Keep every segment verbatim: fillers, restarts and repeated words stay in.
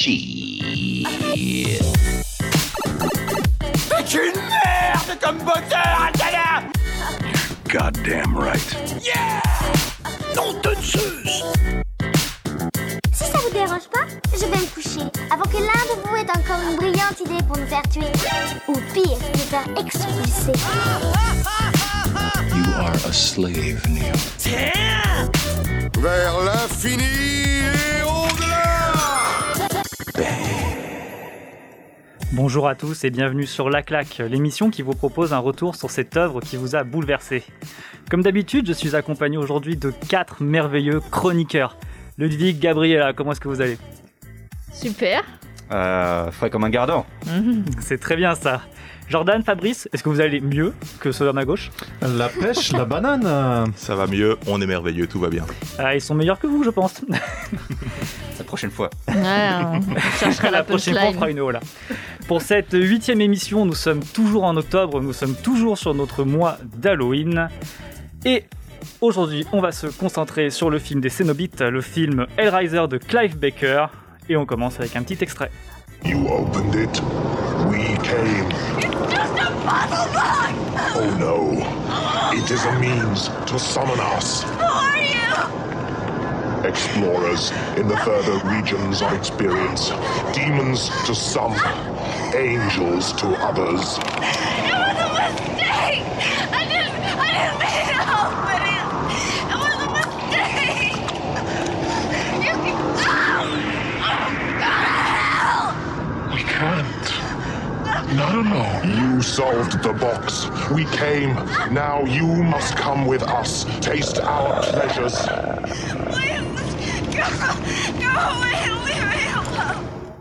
Shit. C'est une merde comme moteur, Atala. Goddamn right. Yeah. Non de Zeus. Si ça vous dérange pas, je vais me coucher avant que l'un de vous ait encore une brillante idée pour nous faire tuer. Ou pire, nous faire expulser. You are a slave, Neo. Tiens. Vers l'infini et au-delà. Bonjour à tous et bienvenue sur La Claque, l'émission qui vous propose un retour sur cette œuvre qui vous a bouleversé. Comme d'habitude, je suis accompagné aujourd'hui de quatre merveilleux chroniqueurs. Ludwig, Gabriela, comment est-ce que vous allez ? Super. Euh, frais comme un gardon. Mmh. C'est très bien ça. Jordan, Fabrice, est-ce que vous allez mieux que ceux à ma gauche ? La pêche, la banane. Ça va mieux, on est merveilleux, tout va bien. Ah, ils sont meilleurs que vous, je pense. La prochaine fois. Ouais, on cherchera la, la prochaine fois, on fera une ola. Pour cette huitième émission, nous sommes toujours en octobre, nous sommes toujours sur notre mois d'Halloween. Et aujourd'hui, on va se concentrer sur le film des Cénobites, le film Hellraiser de Clive Barker. Et on commence avec un petit extrait. You opened it. We came. It's just a puzzle box. Oh no. It is a means to summon us. Who are you? Explorers in the further regions of experience. Demons to some. Angels to others. It was a mistake. I didn't. I didn't mean to open it. It was a mistake. You can. Oh! Oh, God, We can't. Not alone. You solved the box. We came. Now you must come with us. Taste our pleasures. please. Go. Go away and leave me alone.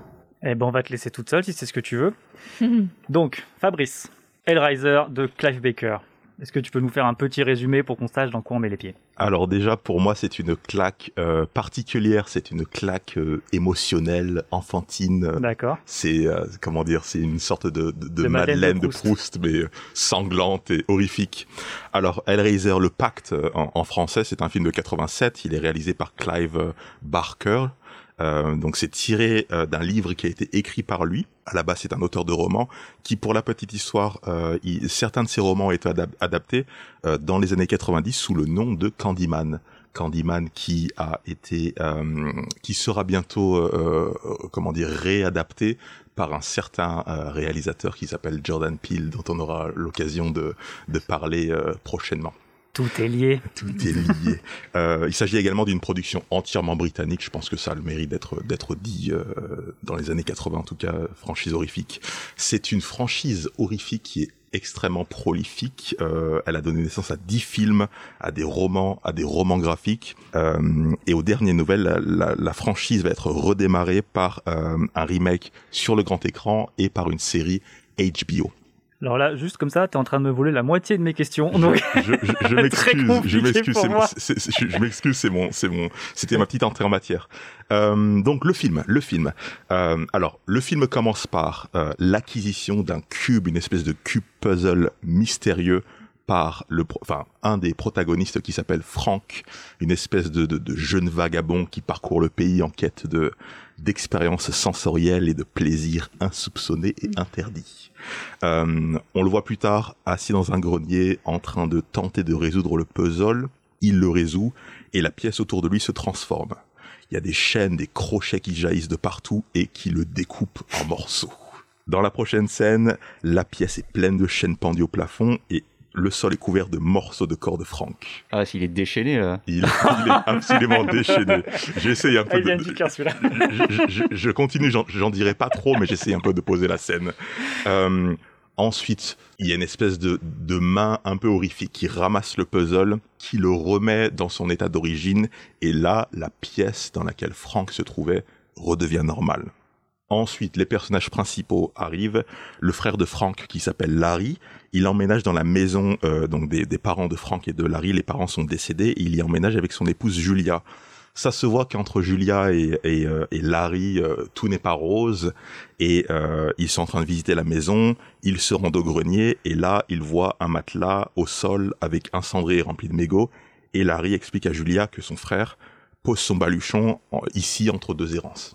Eh ben, on va te laisser toute seule si c'est ce que tu veux. Donc, Fabrice, Hellraiser de Clive Barker. Est-ce que tu peux nous faire un petit résumé pour qu'on sache dans quoi on met les pieds ? Alors déjà, pour moi, c'est une claque euh, particulière, c'est une claque euh, émotionnelle, enfantine. D'accord. C'est, euh, comment dire, c'est une sorte de, de, de, De Madeleine Madeleine de de Proust, mais euh, sanglante et horrifique. Alors, Hellraiser, le Pacte, euh, en, en français, c'est un film de quatre-vingt-sept, il est réalisé par Clive Barker. Euh, donc c'est tiré euh, d'un livre qui a été écrit par lui. À la base, c'est un auteur de romans qui, pour la petite histoire, euh, il, certains de ses romans ont été adap- adaptés euh, dans les années quatre-vingt-dix sous le nom de Candyman. Candyman qui a été, euh, qui sera bientôt, euh, euh, comment dire, réadapté par un certain euh, réalisateur qui s'appelle Jordan Peele, dont on aura l'occasion de, de parler euh, prochainement. Tout est lié. Tout est lié. euh, il s'agit également d'une production entièrement britannique. Je pense que ça a le mérite d'être d'être dit euh, dans les années quatre-vingts, en tout cas, franchise horrifique. C'est une franchise horrifique qui est extrêmement prolifique. Euh, elle a donné naissance à dix films, à des romans, à des romans graphiques. Euh, et aux dernières nouvelles, la, la, la franchise va être redémarrée par euh, un remake sur le grand écran et par une série H B O. Alors là, juste comme ça, t'es en train de me voler la moitié de mes questions. Donc... Je, je, je, je m'excuse, je m'excuse, c'est, moi. c'est, c'est, je, je m'excuse, c'est mon, c'est mon, c'était ma petite entrée en matière. Euh, donc le film, le film. Euh, alors le film commence par euh, l'acquisition d'un cube, une espèce de cube puzzle mystérieux par le, enfin un des protagonistes qui s'appelle Frank, une espèce de, de, de jeune vagabond qui parcourt le pays en quête de d'expériences sensorielles et de plaisirs insoupçonnés et interdits. Euh, on le voit plus tard assis dans un grenier en train de tenter de résoudre le puzzle. Il le résout et la pièce autour de lui se transforme. Il y a des chaînes, des crochets qui jaillissent de partout et qui le découpent en morceaux. Dans la prochaine scène, la pièce est pleine de chaînes pendues au plafond et le sol est couvert de morceaux de corps de Frank. Ah, s'il est déchaîné, là. Il, il est absolument déchaîné. J'essaye un peu ah, il vient de... du cœur, celui-là. je, je, je continue, j'en, j'en dirai pas trop, mais j'essaye un peu de poser la scène. Euh, ensuite, il y a une espèce de, de main un peu horrifique qui ramasse le puzzle, qui le remet dans son état d'origine, et là, la pièce dans laquelle Frank se trouvait redevient normale. Ensuite, les personnages principaux arrivent. Le frère de Frank, qui s'appelle Larry, il emménage dans la maison euh, donc des, des parents de Frank et de Larry. Les parents sont décédés et il y emménage avec son épouse Julia. Ça se voit qu'entre Julia et, et, euh, et Larry, euh, tout n'est pas rose. Et euh, ils sont en train de visiter la maison. Ils se rendent au grenier et là, ils voient un matelas au sol avec un cendrier rempli de mégots. Et Larry explique à Julia que son frère pose son baluchon en, ici entre deux errances.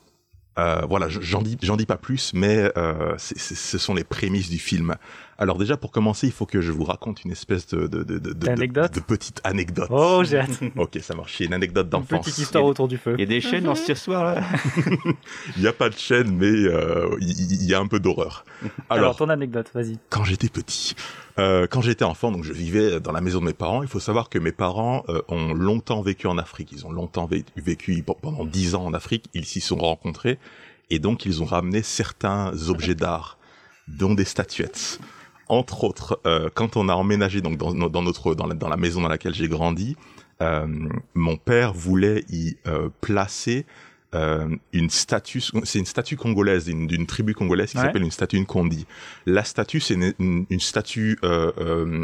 Euh, voilà, j'en dis, j'en dis pas plus, mais euh, c'est, c'est, ce sont les prémices du film. Alors déjà, pour commencer, il faut que je vous raconte une espèce de, de, de, de, de, D'anecdote de petite anecdote. Oh, j'ai hâte. Ok, ça marche. C'est une anecdote Une d'enfance. petite histoire autour du feu. Il y a des chaînes dans ce soir là. Il n'y a pas de chaîne, mais euh, il, il y a un peu d'horreur. Alors, Alors, ton anecdote, vas-y. quand j'étais petit, euh, quand j'étais enfant, donc je vivais dans la maison de mes parents. Il faut savoir que mes parents euh, ont longtemps vécu en Afrique. Ils ont longtemps vé- vécu pendant dix ans en Afrique. Ils s'y sont rencontrés. Et donc, ils ont ramené certains objets d'art, dont des statuettes. Entre autres, euh, quand on a emménagé donc dans, dans notre dans la, dans la maison dans laquelle j'ai grandi, euh, mon père voulait y euh, placer euh, une statue. C'est une statue congolaise d'une, d'une tribu congolaise qui Ouais. s'appelle une statue Nkondi. La statue, c'est une, une, une statue euh, euh,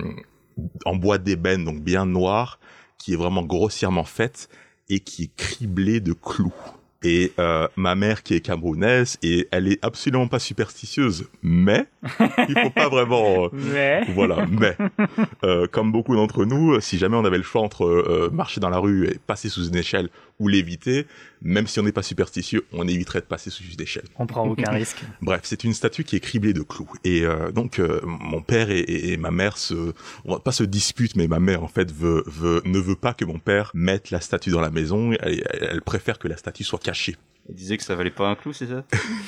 en bois d'ébène, donc bien noire, qui est vraiment grossièrement faite et qui est criblée de clous. Et euh, ma mère qui est camerounaise, et elle est absolument pas superstitieuse, mais il faut pas vraiment... euh, Mais... voilà, mais euh, comme beaucoup d'entre nous, si jamais on avait le choix entre euh, marcher dans la rue et passer sous une échelle ou l'éviter, même si on n'est pas superstitieux, on éviterait de passer sous une échelle. On prend aucun risque. Bref, c'est une statue qui est criblée de clous. Et euh, donc, euh, mon père et, et, et ma mère se, on va pas se disputent, mais ma mère en fait veut, veut, ne veut pas que mon père mette la statue dans la maison. Elle, elle préfère que la statue soit cachée. Il disait que ça valait pas un clou, c'est ça?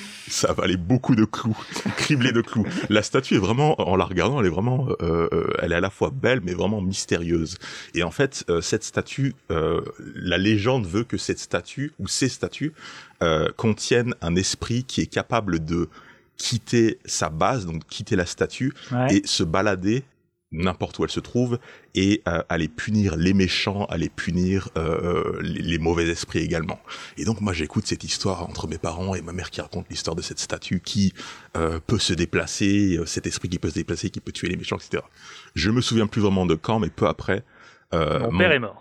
Ça valait beaucoup de clous, criblé de clous. La statue est vraiment, en la regardant, elle est vraiment, euh, euh, elle est à la fois belle, mais vraiment mystérieuse. Et en fait, euh, cette statue, euh, la légende veut que cette statue, ou ces statues, euh, contiennent un esprit qui est capable de quitter sa base, donc quitter la statue, Ouais. et se balader n'importe où elle se trouve, et euh, aller punir les méchants, aller punir euh, les, les mauvais esprits également. Et donc moi j'écoute cette histoire entre mes parents et ma mère qui raconte l'histoire de cette statue qui euh, peut se déplacer, euh, cet esprit qui peut se déplacer, qui peut tuer les méchants, et cetera. Je me souviens plus vraiment de quand, mais peu après, euh, Mon père est mort.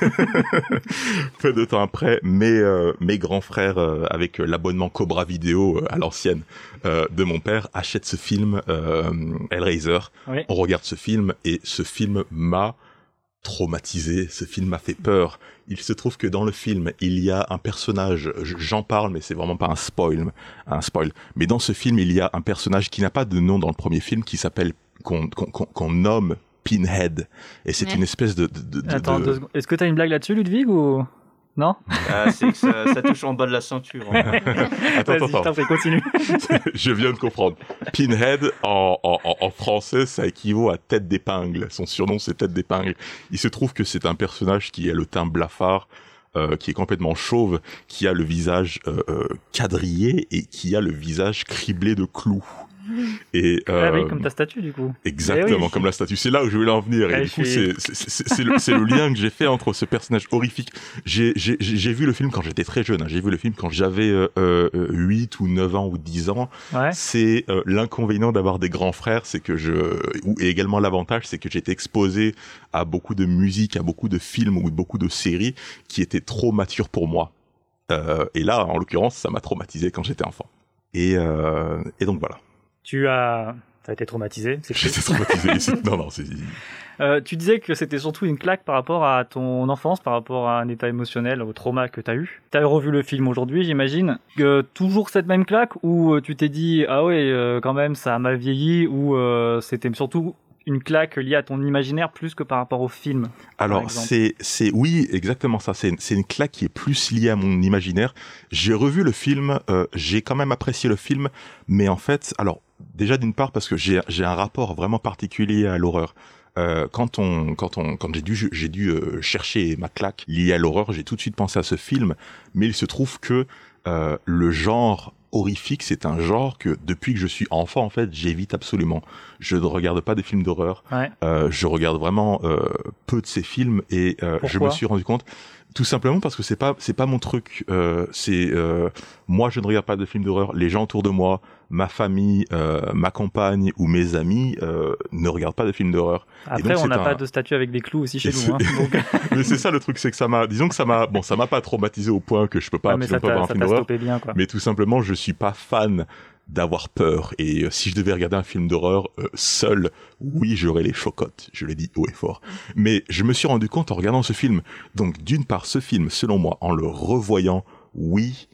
peu de temps après, mes, euh, mes grands frères, euh, avec l'abonnement Cobra Vidéo euh, à l'ancienne euh, de mon père, achètent ce film euh, Hellraiser. Oui. On regarde ce film et ce film m'a traumatisé, ce film m'a fait peur. Il se trouve que dans le film, il y a un personnage, j'en parle, mais c'est vraiment pas un spoil, un spoil. Mais dans ce film, il y a un personnage qui n'a pas de nom dans le premier film, qui s'appelle, qu'on, qu'on, qu'on, qu'on nomme Pinhead. Et c'est Ouais. une espèce de... de, de Attends, de- deux secondes. Est-ce que t'as une blague là-dessus, Ludwig, ou... Non? Ah, c'est que ça, ça touche en bas de la ceinture. hein. Attends, Vas-y, je attends, t'en prie, continue. je viens de comprendre. Pinhead, en, en, en- en français, ça équivaut à tête d'épingle. Son surnom, c'est tête d'épingle. Il se trouve que c'est un personnage qui a le teint blafard, euh, qui est complètement chauve, qui a le visage euh, euh, quadrillé et qui a le visage criblé de clous. Et, euh, Ah oui, comme ta statue, du coup. Exactement, Eh oui. comme la statue. C'est là où je voulais en venir. Et Ouais, du je coup, suis- c'est, c'est, c'est, c'est le, c'est le lien que j'ai fait entre ce personnage horrifique. J'ai, j'ai, j'ai j'ai vu le film quand j'étais très jeune. hein. J'ai vu le film quand j'avais euh, euh, huit ou neuf ans ou dix ans. Ouais. C'est euh, l'inconvénient d'avoir des grands frères, c'est que je... ou, et également l'avantage, c'est que j'étais exposé à beaucoup de musique, à beaucoup de films ou beaucoup de séries qui étaient trop matures pour moi. Euh, et là, en l'occurrence, ça m'a traumatisé quand j'étais enfant. Et, euh, et donc voilà. Tu as... T'as été traumatisé, c'est triste. J'étais traumatisé. C'est- Non, non, c'est... Euh, tu disais que c'était surtout une claque par rapport à ton enfance, par rapport à un état émotionnel, au trauma que t'as eu. T'as revu le film aujourd'hui, j'imagine. Que toujours cette même claque, ou euh, tu t'es dit, ah ouais, euh, quand même, ça m'a vieilli, ou euh, c'était surtout une claque liée à ton imaginaire plus que par rapport au film? par Alors, exemple. c'est, c'est, oui, exactement ça. C'est, c'est une claque qui est plus liée à mon imaginaire. J'ai revu le film, euh, j'ai quand même apprécié le film, mais en fait, alors, déjà d'une part parce que j'ai, j'ai un rapport vraiment particulier à l'horreur. Euh, quand on, quand on, quand j'ai dû, j'ai dû euh, chercher ma claque liée à l'horreur, j'ai tout de suite pensé à ce film. Mais il se trouve que euh, le genre horrifique, c'est un genre que depuis que je suis enfant, en fait, j'évite absolument. Je ne regarde pas des films d'horreur. Ouais. Euh, je regarde vraiment euh, peu de ces films et euh, je Pourquoi me suis rendu compte tout simplement parce que c'est pas c'est pas mon truc. Euh, c'est euh, moi je ne regarde pas de films d'horreur. Les gens autour de moi, ma famille, euh, ma compagne ou mes amis euh, ne regardent pas de films d'horreur. Après, donc, on c'est n'a un- pas de statue avec des clous aussi chez Et nous. Hein, donc... Mais c'est ça le truc, c'est que ça m'a, disons que ça m'a, bon, ça m'a pas traumatisé au point que je peux pas Ouais, mais ça absolument pas voir t'a un ça film t'a d'horreur. stoppé bien, quoi. Mais tout simplement, je suis pas fan d'avoir peur. Et euh, si je devais regarder un film d'horreur euh, seul, oui, j'aurais les chocottes. Je le dis haut et fort. Mais je me suis rendu compte en regardant ce film. Donc, d'une part, ce film, selon moi, en le revoyant, oui,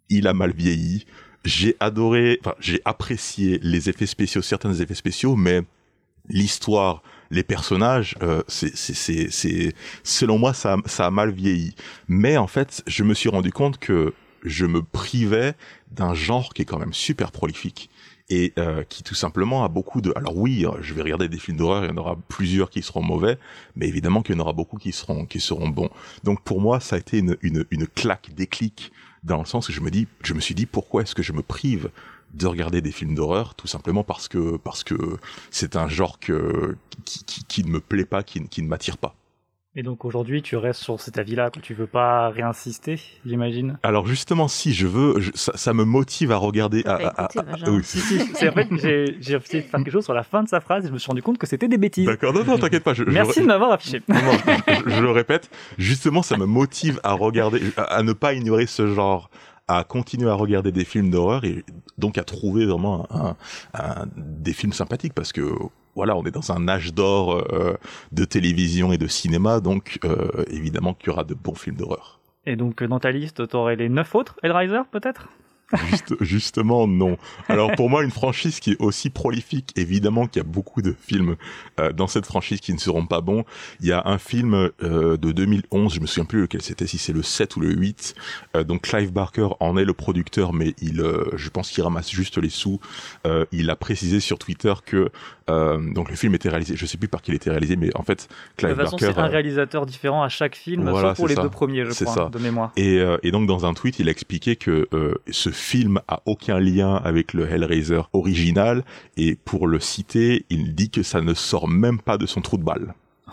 il a mal vieilli. J'ai adoré, enfin, j'ai apprécié les effets spéciaux, certains effets spéciaux, mais l'histoire, les personnages, euh, c'est, c'est, c'est, c'est, selon moi, ça, ça a mal vieilli. Mais en fait, je me suis rendu compte que je me privais d'un genre qui est quand même super prolifique et euh, qui tout simplement a beaucoup de... Alors oui, je vais regarder des films d'horreur, il y en aura plusieurs qui seront mauvais, mais évidemment qu'il y en aura beaucoup qui seront qui seront bons. Donc pour moi, ça a été une une, une claque déclic dans le sens où je me dis, je me suis dit pourquoi est-ce que je me prive de regarder des films d'horreur, tout simplement parce que parce que c'est un genre que qui, qui, qui ne me plaît pas, qui, qui ne m'attire pas. Et donc aujourd'hui, tu restes sur cet avis-là, que tu veux pas réinsister, j'imagine. Alors justement, si je veux, je, ça, ça me motive à regarder. À, Bah, à, écoutez, à, à, Benjamin. oui. Si, si, c'est en fait, j'ai, j'ai essayé de faire quelque chose sur la fin de sa phrase et je me suis rendu compte que c'était des bêtises. D'accord, non, non, t'inquiète pas. Je, Merci je, de m'avoir affiché. Non, non, je, je le répète. Justement, ça me motive à regarder, à, à ne pas ignorer ce genre, à continuer à regarder des films d'horreur et donc à trouver vraiment un, un, des films sympathiques parce que voilà, on est dans un âge d'or euh, de télévision et de cinéma, donc euh, évidemment qu'il y aura de bons films d'horreur. Et donc dans ta liste, t'aurais les neuf autres Hellraiser peut-être ? Juste, justement, non. Alors pour moi, une franchise qui est aussi prolifique, évidemment qu'il y a beaucoup de films euh, dans cette franchise qui ne seront pas bons. Il y a un film euh, de deux mille onze, je me souviens plus lequel c'était, si c'est le sept ou le huit. Euh, donc Clive Barker en est le producteur, mais il, euh, je pense qu'il ramasse juste les sous. Euh, il a précisé sur Twitter que euh, donc le film était réalisé, je sais plus par qui il était réalisé, mais en fait Clive De toute façon, Barker. c'est un euh, réalisateur différent à chaque film, voilà, sauf pour c'est les ça. deux premiers, je C'est crois, ça. de mémoire. Et, euh, et donc dans un tweet, il a expliqué que euh, ce film a aucun lien avec le Hellraiser original et pour le citer, il dit que ça ne sort même pas de son trou de balle.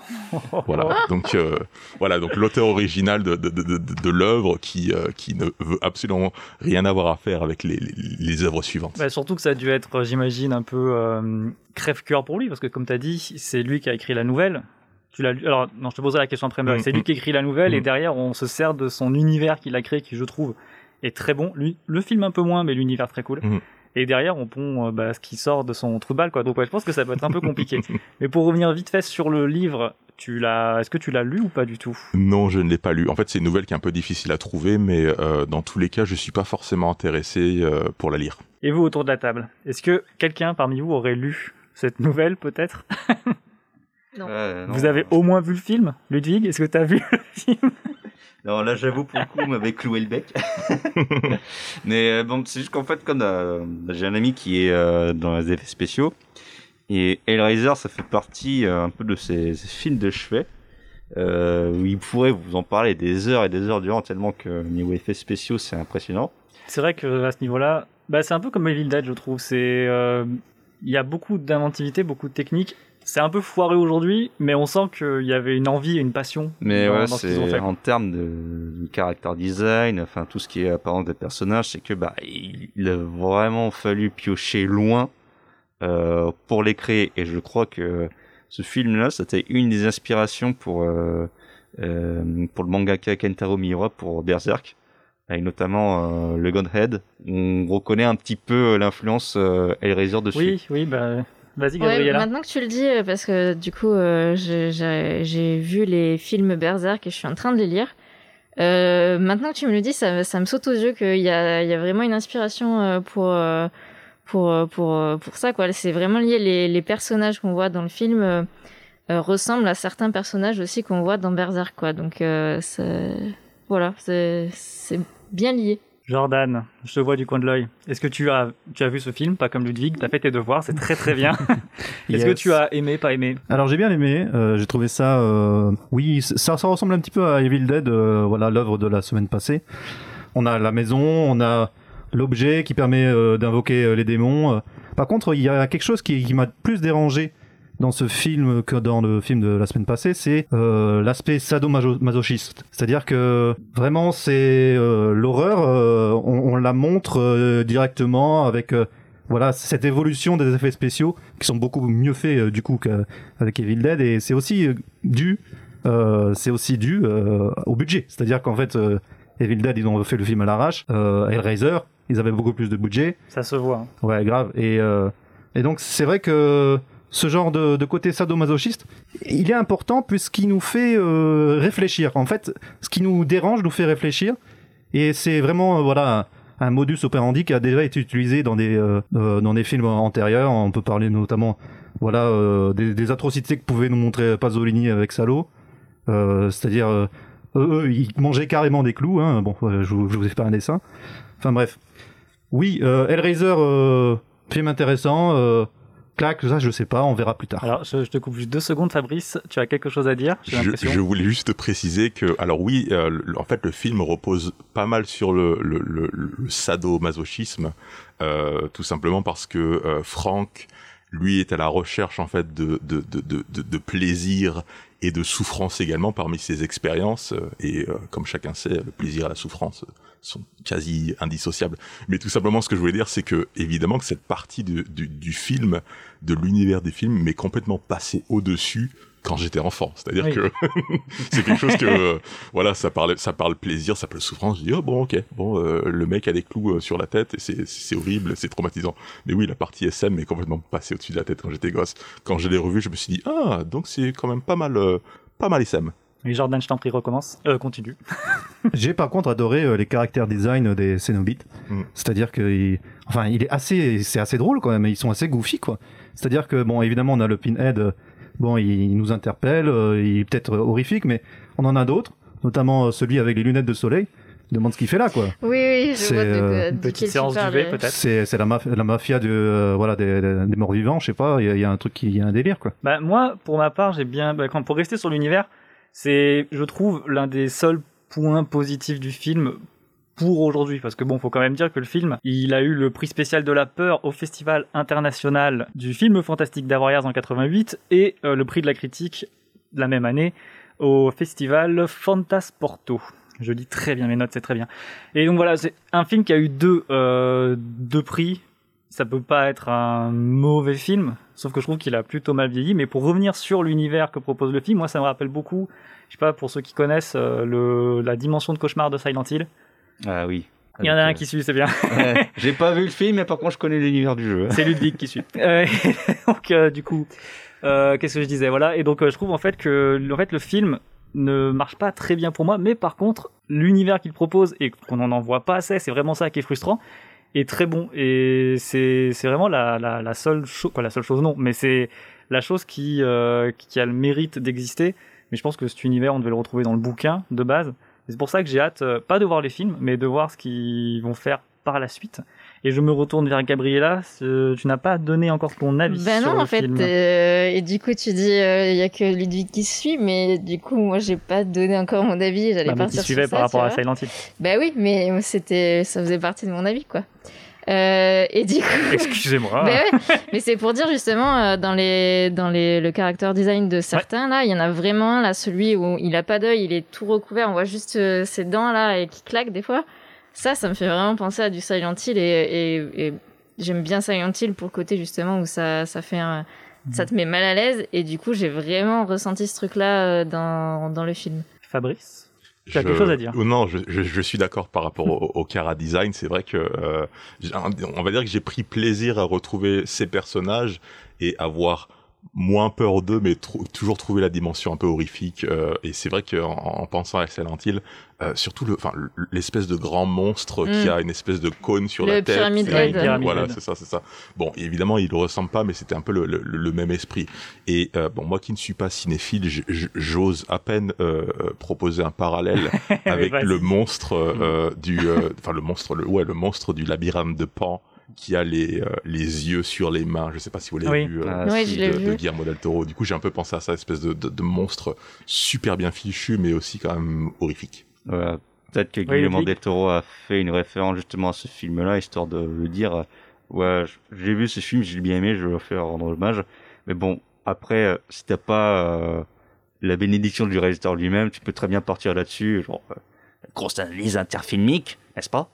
Voilà, donc euh, voilà, donc l'auteur original de de de de, de l'œuvre qui euh, qui ne veut absolument rien avoir à faire avec les les, les œuvres suivantes. Bah, surtout que ça a dû être, j'imagine, un peu euh, crève-cœur pour lui, parce que comme tu as dit, c'est lui qui a écrit la nouvelle. Tu l'as lu... Alors, non, je te poserai la question après, mais Mmh, c'est lui mmh. qui écrit la nouvelle, Mmh. et derrière, on se sert de son univers qu'il a créé, qui, je trouve, est très bon. Lui, le film un peu moins, mais l'univers très cool. Mmh. Et derrière, on pond euh, bah, ce qui sort de son trou de balle, quoi. Donc, ouais, je pense que ça peut être un peu compliqué. Mais pour revenir vite fait sur le livre, tu l'as... est-ce que tu l'as lu ou pas du tout ? Non, je ne l'ai pas lu. En fait, c'est une nouvelle qui est un peu difficile à trouver, mais euh, dans tous les cas, je suis pas forcément intéressé euh, pour la lire. Et vous, autour de la table, est-ce que quelqu'un parmi vous aurait lu cette nouvelle, peut-être ? Non. Ouais, non. Vous avez au moins vu le film, Ludwig ? Est-ce que tu as vu le film ? Non, là, j'avoue, pour le coup, on m'avait cloué le bec. Mais euh, bon, c'est juste qu'en fait, comme euh, j'ai un ami qui est euh, dans les effets spéciaux, et Hellraiser, ça fait partie euh, un peu de ces, ces films de chevet, euh, où il pourrait vous en parler des heures et des heures durant, tellement que niveau effets spéciaux, c'est impressionnant. C'est vrai que à ce niveau-là, bah, c'est un peu comme Evil Dead, je trouve. C'est, euh, il y a beaucoup d'inventivité, beaucoup de techniques. C'est un peu foiré aujourd'hui, mais on sent qu'il y avait une envie et une passion Mais dans, ouais, dans ce qu'ils ont c'est fait. en termes de, de character design, enfin tout ce qui est apparence des personnages, c'est que bah il, il a vraiment fallu piocher loin euh, pour les créer. Et je crois que ce film-là, c'était une des inspirations pour euh, euh, pour le mangaka Kentaro Miura pour Berserk, avec notamment euh, le Godhead. On reconnaît un petit peu l'influence euh, Hellraiser dessus. Oui, oui, bah, vas-y, Ouais, Gabriella. maintenant que tu le dis, euh, parce que du coup, euh, j'ai- j'ai j'ai vu les films Berserk et je suis en train de les lire. Euh, maintenant que tu me le dis, ça, ça me saute aux yeux qu'il y a, il y a vraiment une inspiration euh, pour, euh, pour, euh, pour, euh, pour ça, quoi. C'est vraiment lié. Les, les personnages qu'on voit dans le film euh, euh, ressemblent à certains personnages aussi qu'on voit dans Berserk, quoi. Donc, euh, c'est- voilà, c'est c'est bien lié. Jordan, je te vois du coin de l'œil. Est-ce que tu as, tu as vu ce film, pas comme Ludwig, t'as fait tes devoirs, c'est très très bien. Est-ce que Yes. tu as aimé, pas aimé ? Alors j'ai bien aimé, euh, j'ai trouvé ça, euh, oui, ça, ça ressemble un petit peu à Evil Dead, euh, voilà l'œuvre de la semaine passée. On a la maison, on a l'objet qui permet euh, d'invoquer euh, les démons. Euh, Par contre, il y a quelque chose qui, qui m'a plus dérangé dans ce film que dans le film de la semaine passée, c'est euh, l'aspect sadomasochiste. C'est-à-dire que vraiment, c'est euh, l'horreur, euh, on, on la montre euh, directement avec euh, voilà cette évolution des effets spéciaux qui sont beaucoup mieux faits euh, du coup qu'avec Evil Dead, et c'est aussi euh, dû, euh, c'est aussi dû euh, au budget. C'est-à-dire qu'en fait, euh, Evil Dead, ils ont fait le film à l'arrache. Euh, Hellraiser, ils avaient beaucoup plus de budget. Ça se voit. hein. Ouais, grave. Et, euh, et donc, c'est vrai que ce genre de, de côté sadomasochiste, il est important puisqu'il nous fait euh, réfléchir. En fait, ce qui nous dérange nous fait réfléchir. Et c'est vraiment, euh, voilà, un modus operandi qui a déjà été utilisé dans des euh, euh, dans des films antérieurs. On peut parler notamment voilà euh, des, des atrocités que pouvait nous montrer Pasolini avec Salo, euh, c'est-à-dire euh, eux ils mangeaient carrément des clous. Hein. Bon, je, je vous ai fait un dessin. Enfin bref. Oui, euh, Hellraiser, euh, film intéressant. Euh, Clac, ça je sais pas, on verra plus tard. Alors je, je te coupe juste deux secondes, Fabrice. Tu as quelque chose à dire? J'ai je, l'impression. je voulais juste préciser que, alors oui, euh, le, en fait, le film repose pas mal sur le, le, le, le sadomasochisme, euh, tout simplement parce que euh, Frank, lui, est à la recherche en fait de de de de, de, de plaisir et de souffrance également parmi ses expériences. Et euh, comme chacun sait, le plaisir et la souffrance sont quasi indissociables. Mais tout simplement, ce que je voulais dire, c'est que évidemment que cette partie de, du, du film, de l'univers des films, m'est complètement passée au-dessus quand j'étais enfant. C'est-à-dire oui. que c'est quelque chose que euh, voilà, ça parle, ça parle plaisir, ça parle souffrance. Je dis oh bon ok, bon euh, le mec a des clous euh, sur la tête et c'est c'est horrible, c'est traumatisant. Mais oui, la partie S M m'est complètement passée au-dessus de la tête quand j'étais gosse. Quand je l'ai revu, je me suis dit ah donc c'est quand même pas mal, euh, pas mal S M. Oui, Jordan, je t'en prie, recommence. Euh, continue. J'ai par contre adoré euh, les caractères design des Cénobites. Mm. C'est-à-dire que, il... enfin, il est assez, c'est assez drôle quand même. Ils sont assez goofy quoi. C'est-à-dire que bon, évidemment, on a le Pinhead. Bon, il nous interpelle. Euh, il est peut-être horrifique, mais on en a d'autres, notamment celui avec les lunettes de soleil. Demande ce qu'il fait là quoi. Oui, oui, je c'est, vois de, de, euh, une petite séance du V peut-être. C'est, c'est la, maf- la mafia de, euh, voilà, des, des morts vivants. Je sais pas. Il y, y a un truc qui, il y a un délire quoi. Bah moi, pour ma part, j'ai bien, bah, quand, pour rester sur l'univers. C'est, je trouve, l'un des seuls points positifs du film pour aujourd'hui. Parce que bon, faut quand même dire que le film, il a eu le prix spécial de la peur au Festival international du film fantastique d'Avoriaz en quatre-vingt-huit et euh, le prix de la critique la même année au Festival Fantasporto. Je dis très bien mes notes, c'est très bien. Et donc voilà, c'est un film qui a eu deux, euh, deux prix. Ça peut pas être un mauvais film, sauf que je trouve qu'il a plutôt mal vieilli. Mais pour revenir sur l'univers que propose le film, moi ça me rappelle beaucoup, je sais pas, pour ceux qui connaissent euh, le, la dimension de cauchemar de Silent Hill. Ah oui. Il y en a un qui suit, c'est bien. Ouais, j'ai pas vu le film, mais par contre je connais l'univers du jeu. C'est Ludwig qui suit. Euh, donc euh, du coup, euh, qu'est-ce que je disais, voilà. Et donc euh, je trouve en fait que en fait le film ne marche pas très bien pour moi, mais par contre l'univers qu'il propose et qu'on n'en voit pas assez, c'est vraiment ça qui est frustrant. Est très bon et c'est c'est vraiment la la la seule chose quoi la seule chose non mais c'est la chose qui euh, qui a le mérite d'exister. Mais je pense que cet univers on devait le retrouver dans le bouquin de base et c'est pour ça que j'ai hâte euh, pas de voir les films mais de voir ce qu'ils vont faire par la suite. Et je me retourne vers Gabriella, tu n'as pas donné encore ton avis ben sur non, le en fait, film. Euh, et du coup tu dis il euh, y a que Ludwig qui suit, mais du coup moi j'ai pas donné encore mon avis, j'allais bah, partir qui suivait sur ça, par rapport à Silent Hill. Bah oui, mais c'était ça faisait partie de mon avis quoi. Euh, et du coup, excusez-moi. bah ouais, mais c'est pour dire justement euh, dans les dans les le character design de certains ouais. là, il y en a vraiment un là, celui où il a pas d'œil, il est tout recouvert, on voit juste euh, ses dents là et qui claquent des fois. Ça, ça me fait vraiment penser à du Silent Hill et, et, et j'aime bien Silent Hill pour le côté justement où ça ça fait un, ça te met mal à l'aise et du coup j'ai vraiment ressenti ce truc là dans dans le film. Fabrice. Tu as je... quelque chose à dire? Non, je, je, je suis d'accord par rapport au, au Cara Design. C'est vrai que, euh, on va dire que j'ai pris plaisir à retrouver ces personnages et à voir moins peur d'eux, mais tr- toujours trouver la dimension un peu horrifique. Euh, et c'est vrai qu'en en pensant à Silent Hill, euh, surtout le, enfin, l'espèce de grand monstre mm. qui a une espèce de cône sur le la tête. Pyramid et, Head. Voilà, c'est ça, c'est ça. Bon, évidemment, il ne ressemble pas, mais c'était un peu le, le, le même esprit. Et euh, bon, moi qui ne suis pas cinéphile, j'ose à peine euh, proposer un parallèle avec le monstre euh, du, enfin euh, le monstre, le, ouais, le monstre du labyrinthe de Pan, qui a les euh, les yeux sur les mains. Je sais pas si vous l'avez oui. vu, euh, ah, oui, je l'ai de, vu. de Guillermo del Toro. Du coup, j'ai un peu pensé à ça, espèce de, de, de monstre super bien fichu, mais aussi quand même horrifique. Voilà. Peut-être que Guillermo oui, del Toro a fait une référence justement à ce film-là, histoire de le dire. Ouais, j'ai vu ce film, j'ai bien aimé, je vais faire rendre hommage. Mais bon, après, si t'as pas euh, la bénédiction du réalisateur lui-même, tu peux très bien partir là-dessus, genre euh, grosse analyse interfilmique, n'est-ce pas?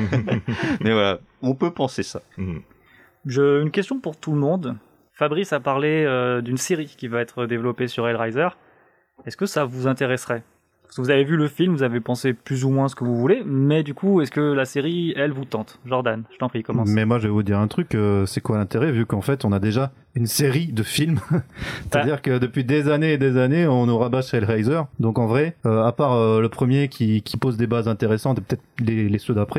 Mais voilà, on peut penser ça. Mmh. Je, une question pour tout le monde. Fabrice a parlé euh, d'une série qui va être développée sur Hellraiser. Est-ce que ça vous intéresserait? Parce que vous avez vu le film, vous avez pensé plus ou moins ce que vous voulez, mais du coup, est-ce que la série, elle, vous tente? Jordan, je t'en prie, commence. Mais moi, je vais vous dire un truc, euh, c'est quoi l'intérêt, vu qu'en fait, on a déjà une série de films. C'est-à-dire ah. que depuis des années et des années, on nous rabâche Hellraiser. Donc en vrai, euh, à part euh, le premier qui, qui pose des bases intéressantes, et peut-être les, les ceux d'après,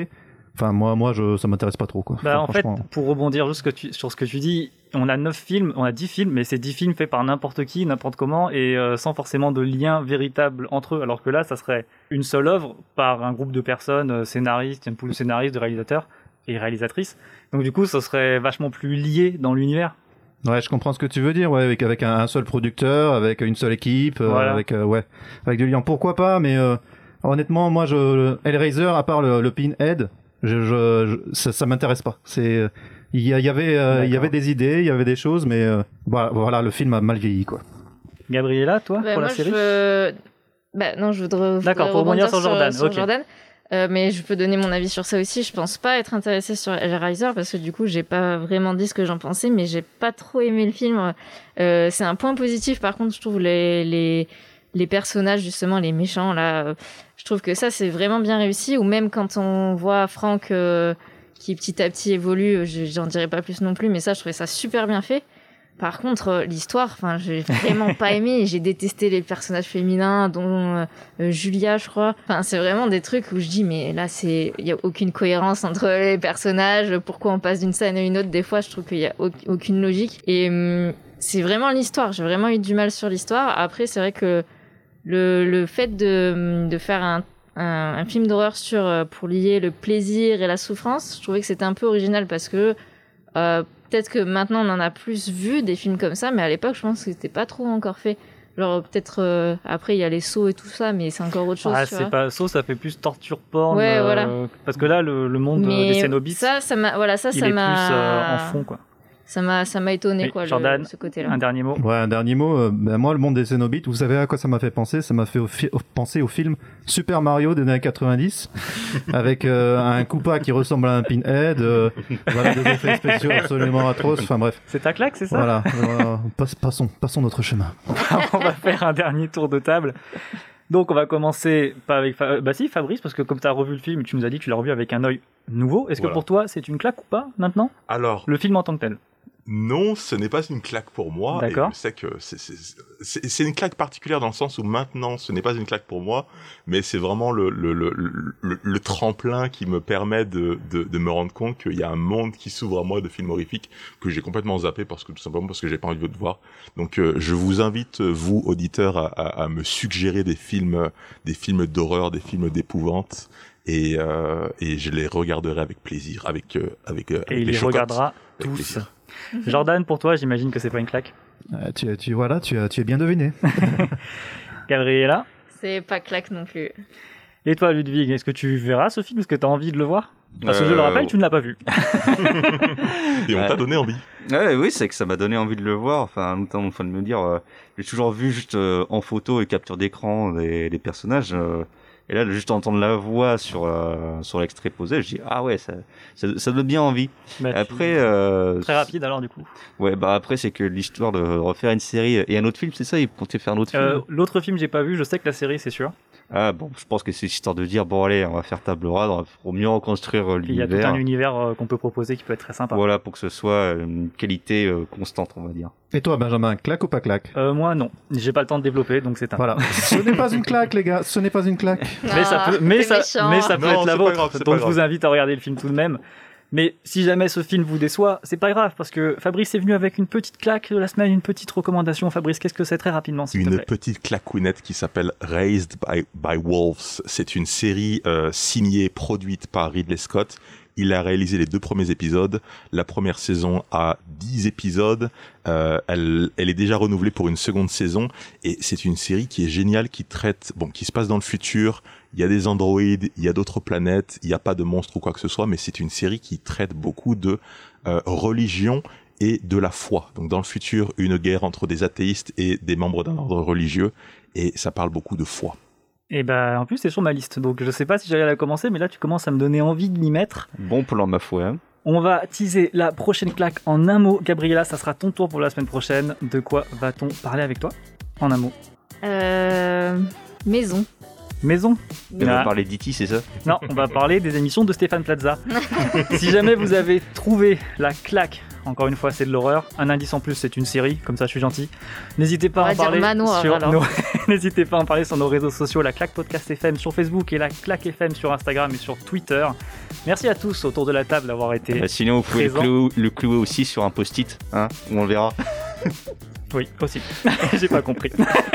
Enfin, moi, moi je, ça m'intéresse pas trop, quoi. Bah, Enfin, en fait, franchement. pour rebondir juste que tu- sur ce que tu dis, on a neuf films, on a dix films, mais c'est dix films faits par n'importe qui, n'importe comment, et euh, sans forcément de lien véritable entre eux. Alors que là, ça serait une seule œuvre par un groupe de personnes, euh, scénaristes, une poule de scénaristes, de réalisateurs et réalisatrices. Donc du coup, ça serait vachement plus lié dans l'univers. Ouais, je comprends ce que tu veux dire, ouais, avec, avec un, un seul producteur, avec une seule équipe, euh, Voilà. avec, euh, ouais, avec du lien. Pourquoi pas, mais euh, honnêtement, moi, je, le Hellraiser, à part le, le Pinhead, je, je, je, ça, ça m'intéresse pas. C'est, il y, a- il y avait, euh, il y D'accord. avait des idées, il y avait des choses, mais euh, voilà, voilà, le film a mal vieilli, quoi. Gabriella, toi, Bah, pour moi, la série je veux... bah, non, je voudrais, je D'accord, voudrais pour rebondir sur Jordan, sur ok. Jordan. Euh, mais je peux donner mon avis sur ça aussi. Je pense pas être intéressée sur Hellraiser parce que du coup, j'ai pas vraiment dit ce que j'en pensais, mais j'ai pas trop aimé le film. Euh, c'est un point positif, par contre, je trouve les, les, les personnages, justement, les méchants, là, euh, je trouve que ça, c'est vraiment bien réussi. Ou même quand on voit Frank euh, qui petit à petit évolue, je- j'en dirai pas plus non plus, mais ça, je trouvais ça super bien fait. Par contre, euh, l'histoire, enfin, j'ai vraiment pas aimé. J'ai détesté les personnages féminins, dont euh, euh, Julia, je crois. Enfin, c'est vraiment des trucs où je dis, mais là, c'est, il y a aucune cohérence entre les personnages. Pourquoi on passe d'une scène à une autre? Des fois, je trouve qu'il y a au- aucune logique. Et hum, c'est vraiment l'histoire. J'ai vraiment eu du mal sur l'histoire. Après, c'est vrai que le, le fait de, de faire un, un, un film d'horreur sur euh, pour lier le plaisir et la souffrance, je trouvais que c'était un peu original parce que euh, peut-être que maintenant on en a plus vu des films comme ça, mais à l'époque je pense que c'était pas trop encore fait. Genre peut-être euh, après il y a les sauts et tout ça, mais c'est encore autre chose. Ah, tu c'est vois. pas ça, ça fait plus torture porn. Ouais, euh, voilà. Parce que là, le, le monde Mais des Cénobites, ça, ça m'a, voilà, ça, il ça est m'a, plus euh, en fond, quoi. ça m'a, ça m'a étonné Oui, quoi, le- Jordan, ce côté-là. un dernier mot. Ouais, un dernier mot. euh, ben moi, le monde des Cénobites, vous savez à quoi ça m'a fait penser? Ça m'a fait au fi- au- penser au film Super Mario des années quatre-vingt-dix, avec euh, un Koopa qui ressemble à un Pinhead, euh, voilà, des effets spéciaux absolument atroces. Enfin bref, C'est ta claque, c'est ça voilà. voilà. Passe- passons, passons notre chemin. On va faire un dernier tour de table. Donc on va commencer pas avec Fa- euh, bah si Fabrice, parce que comme tu as revu le film, tu nous as dit que tu l'as revu avec un œil nouveau. Est-ce que Voilà. pour toi c'est une claque ou pas maintenant, Alors, le film en tant que tel? non, ce n'est pas une claque pour moi. D'accord. Et je sais que c'est- c'est c'est- c'est une claque particulière dans le sens où maintenant, ce n'est pas une claque pour moi, mais c'est vraiment le, le, le, le, le tremplin qui me permet de, de, de me rendre compte qu'il y a un monde qui s'ouvre à moi de films horrifiques que j'ai complètement zappé parce que tout simplement parce que j'ai pas envie de voir. Donc, euh, je vous invite, vous auditeurs, à, à, à me suggérer des films, des films d'horreur, des films d'épouvante. Et, euh, et je les regarderai avec plaisir, avec euh, avec, euh, Et avec il les chocottes. regardera Avec tous. plaisir. Jordan, pour toi, j'imagine que c'est pas une claque. Euh, tu, tu, voilà, tu, as- tu es bien deviné. Gabriella. C'est pas claque non plus. Et toi, Ludwig, est-ce que tu verras ce film? Est-ce que tu as envie de le voir? Parce que je le Euh, rappelle, tu ne l'as pas vu. Et on Ouais. t'a donné envie. Ouais, oui, c'est que ça m'a donné envie de le voir. Enfin, notamment, enfin, de me dire, euh, j'ai toujours vu juste euh, en photo et capture d'écran des, des personnages. euh, et là, de juste entendre la voix sur euh, sur l'extrait posé, je dis ah ouais, ça ça, ça donne bien envie. Bah, tu- Après, euh, Très rapide alors du coup. ouais, bah après c'est que l'histoire de refaire une série et un autre film, c'est ça, ils comptaient faire un autre film. Euh, L'autre film, j'ai pas vu. Je sais que la série, c'est sûr. Ah bon, je pense que c'est histoire de dire bon allez, on va faire table rase, pour mieux reconstruire euh, Puis il y a tout l'univers. un univers euh, qu'on peut proposer qui peut être très sympa. Voilà, pour que ce soit une qualité euh, constante, on va dire. Et toi, Benjamin, claque ou pas claque? Euh, moi, non. J'ai pas le temps de développer, donc c'est un. Voilà. Ce n'est pas une claque, les gars. Ce n'est pas une claque. Mais ça Ah, peut, mais t'es ça, méchant. mais ça peut Non, être la c'est pas vôtre. grave, c'est Donc pas je vous grave. invite à regarder le film tout de même. Mais si jamais ce film vous déçoit, c'est pas grave parce que Fabrice est venu avec une petite claque de la semaine, une petite recommandation. Fabrice, qu'est-ce que c'est très rapidement, s'il te Une plaît? petite claquouinette qui s'appelle Raised by, by Wolves. C'est une série euh, signée, produite par Ridley Scott. Il a réalisé les deux premiers épisodes. La première saison a dix épisodes. Euh, elle, elle est déjà renouvelée pour une seconde saison. Et c'est une série qui est géniale, qui traite, bon, qui se passe dans le futur. Il y a des androïdes, il y a d'autres planètes, il n'y a pas de monstres ou quoi que ce soit, mais c'est une série qui traite beaucoup de euh, religion et de la foi. Donc dans le futur, une guerre entre des athéistes et des membres d'un ordre religieux. Et ça parle beaucoup de foi. Et ben, en plus, c'est sur ma liste. Donc je sais pas si j'allais la commencer, mais là, tu commences à me donner envie de m'y mettre. Bon plan, ma foi. Hein. On va teaser la prochaine claque en un mot. Gabriella, ça sera ton tour pour la semaine prochaine. De quoi va-t-on parler avec toi? En un mot. Euh, maison. Maison. On va Ah. parler d'E T, c'est ça? Non, on va parler des émissions de Stéphane Plaza. Si jamais vous avez trouvé la claque, encore une fois c'est de l'horreur, un indice en plus c'est une série, comme ça je suis gentil. N'hésitez pas On à va en dire parler manoir, sur alors. nos... N'hésitez pas à en parler sur nos réseaux sociaux, la Claque Podcast F M sur Facebook et la Claque F M sur Instagram et sur Twitter. Merci à tous autour de la table d'avoir été bah, sinon, vous pouvez le clouer, le clouer aussi sur un post-it, hein, où on le verra. Oui, aussi. J'ai pas compris.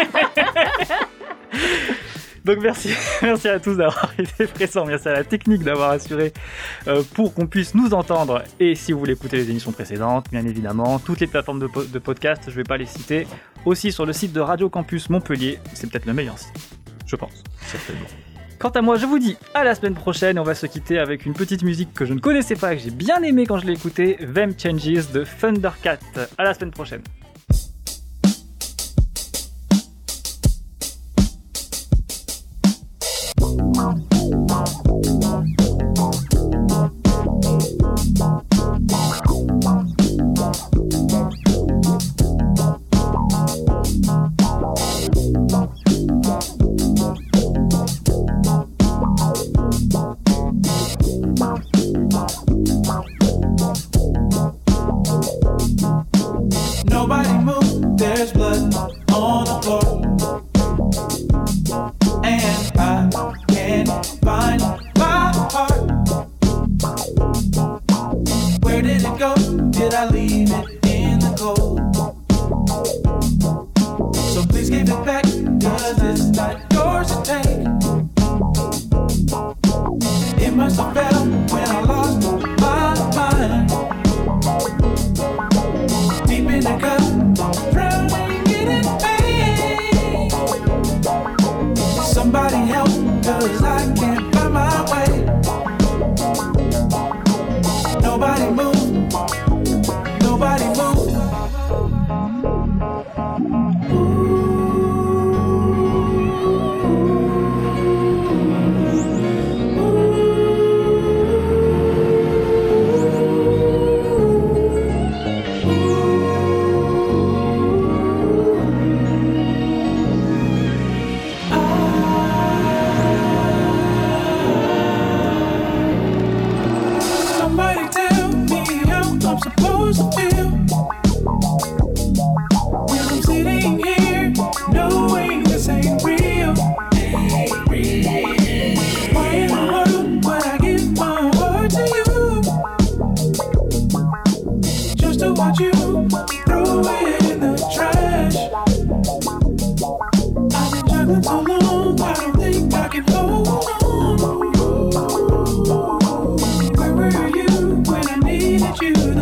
Donc merci, merci à tous d'avoir été présents, merci à la technique d'avoir assuré euh, pour qu'on puisse nous entendre. Et si vous voulez écouter les émissions précédentes, bien évidemment, toutes les plateformes de, po- de podcast, je vais pas les citer, aussi sur le site de Radio Campus Montpellier, c'est peut-être le meilleur site, je pense. Certainement. Quant à moi, je vous dis à la semaine prochaine, on va se quitter avec une petite musique que je ne connaissais pas, que j'ai bien aimée quand je l'ai écoutée, Them Changes de Thundercat. À la semaine prochaine. Nobody move, there's blood on the floor. And I can't find my heart. Where did it go? Did I leave it in the cold? So please give it back, cause it's not yours to take. It must have fell when I lost my mind. Deep in the cup, drowning in pain. Somebody help, cause I can't find my way. Nobody move, nobody move. Somebody tell me how I'm supposed to feel when I'm sitting here knowing this ain't real. Ain't real. Why in the world would I give my heart to you just to watch you throw it in the trash? I've been juggling so long, I don't think I can hold on. Where were you when I needed you?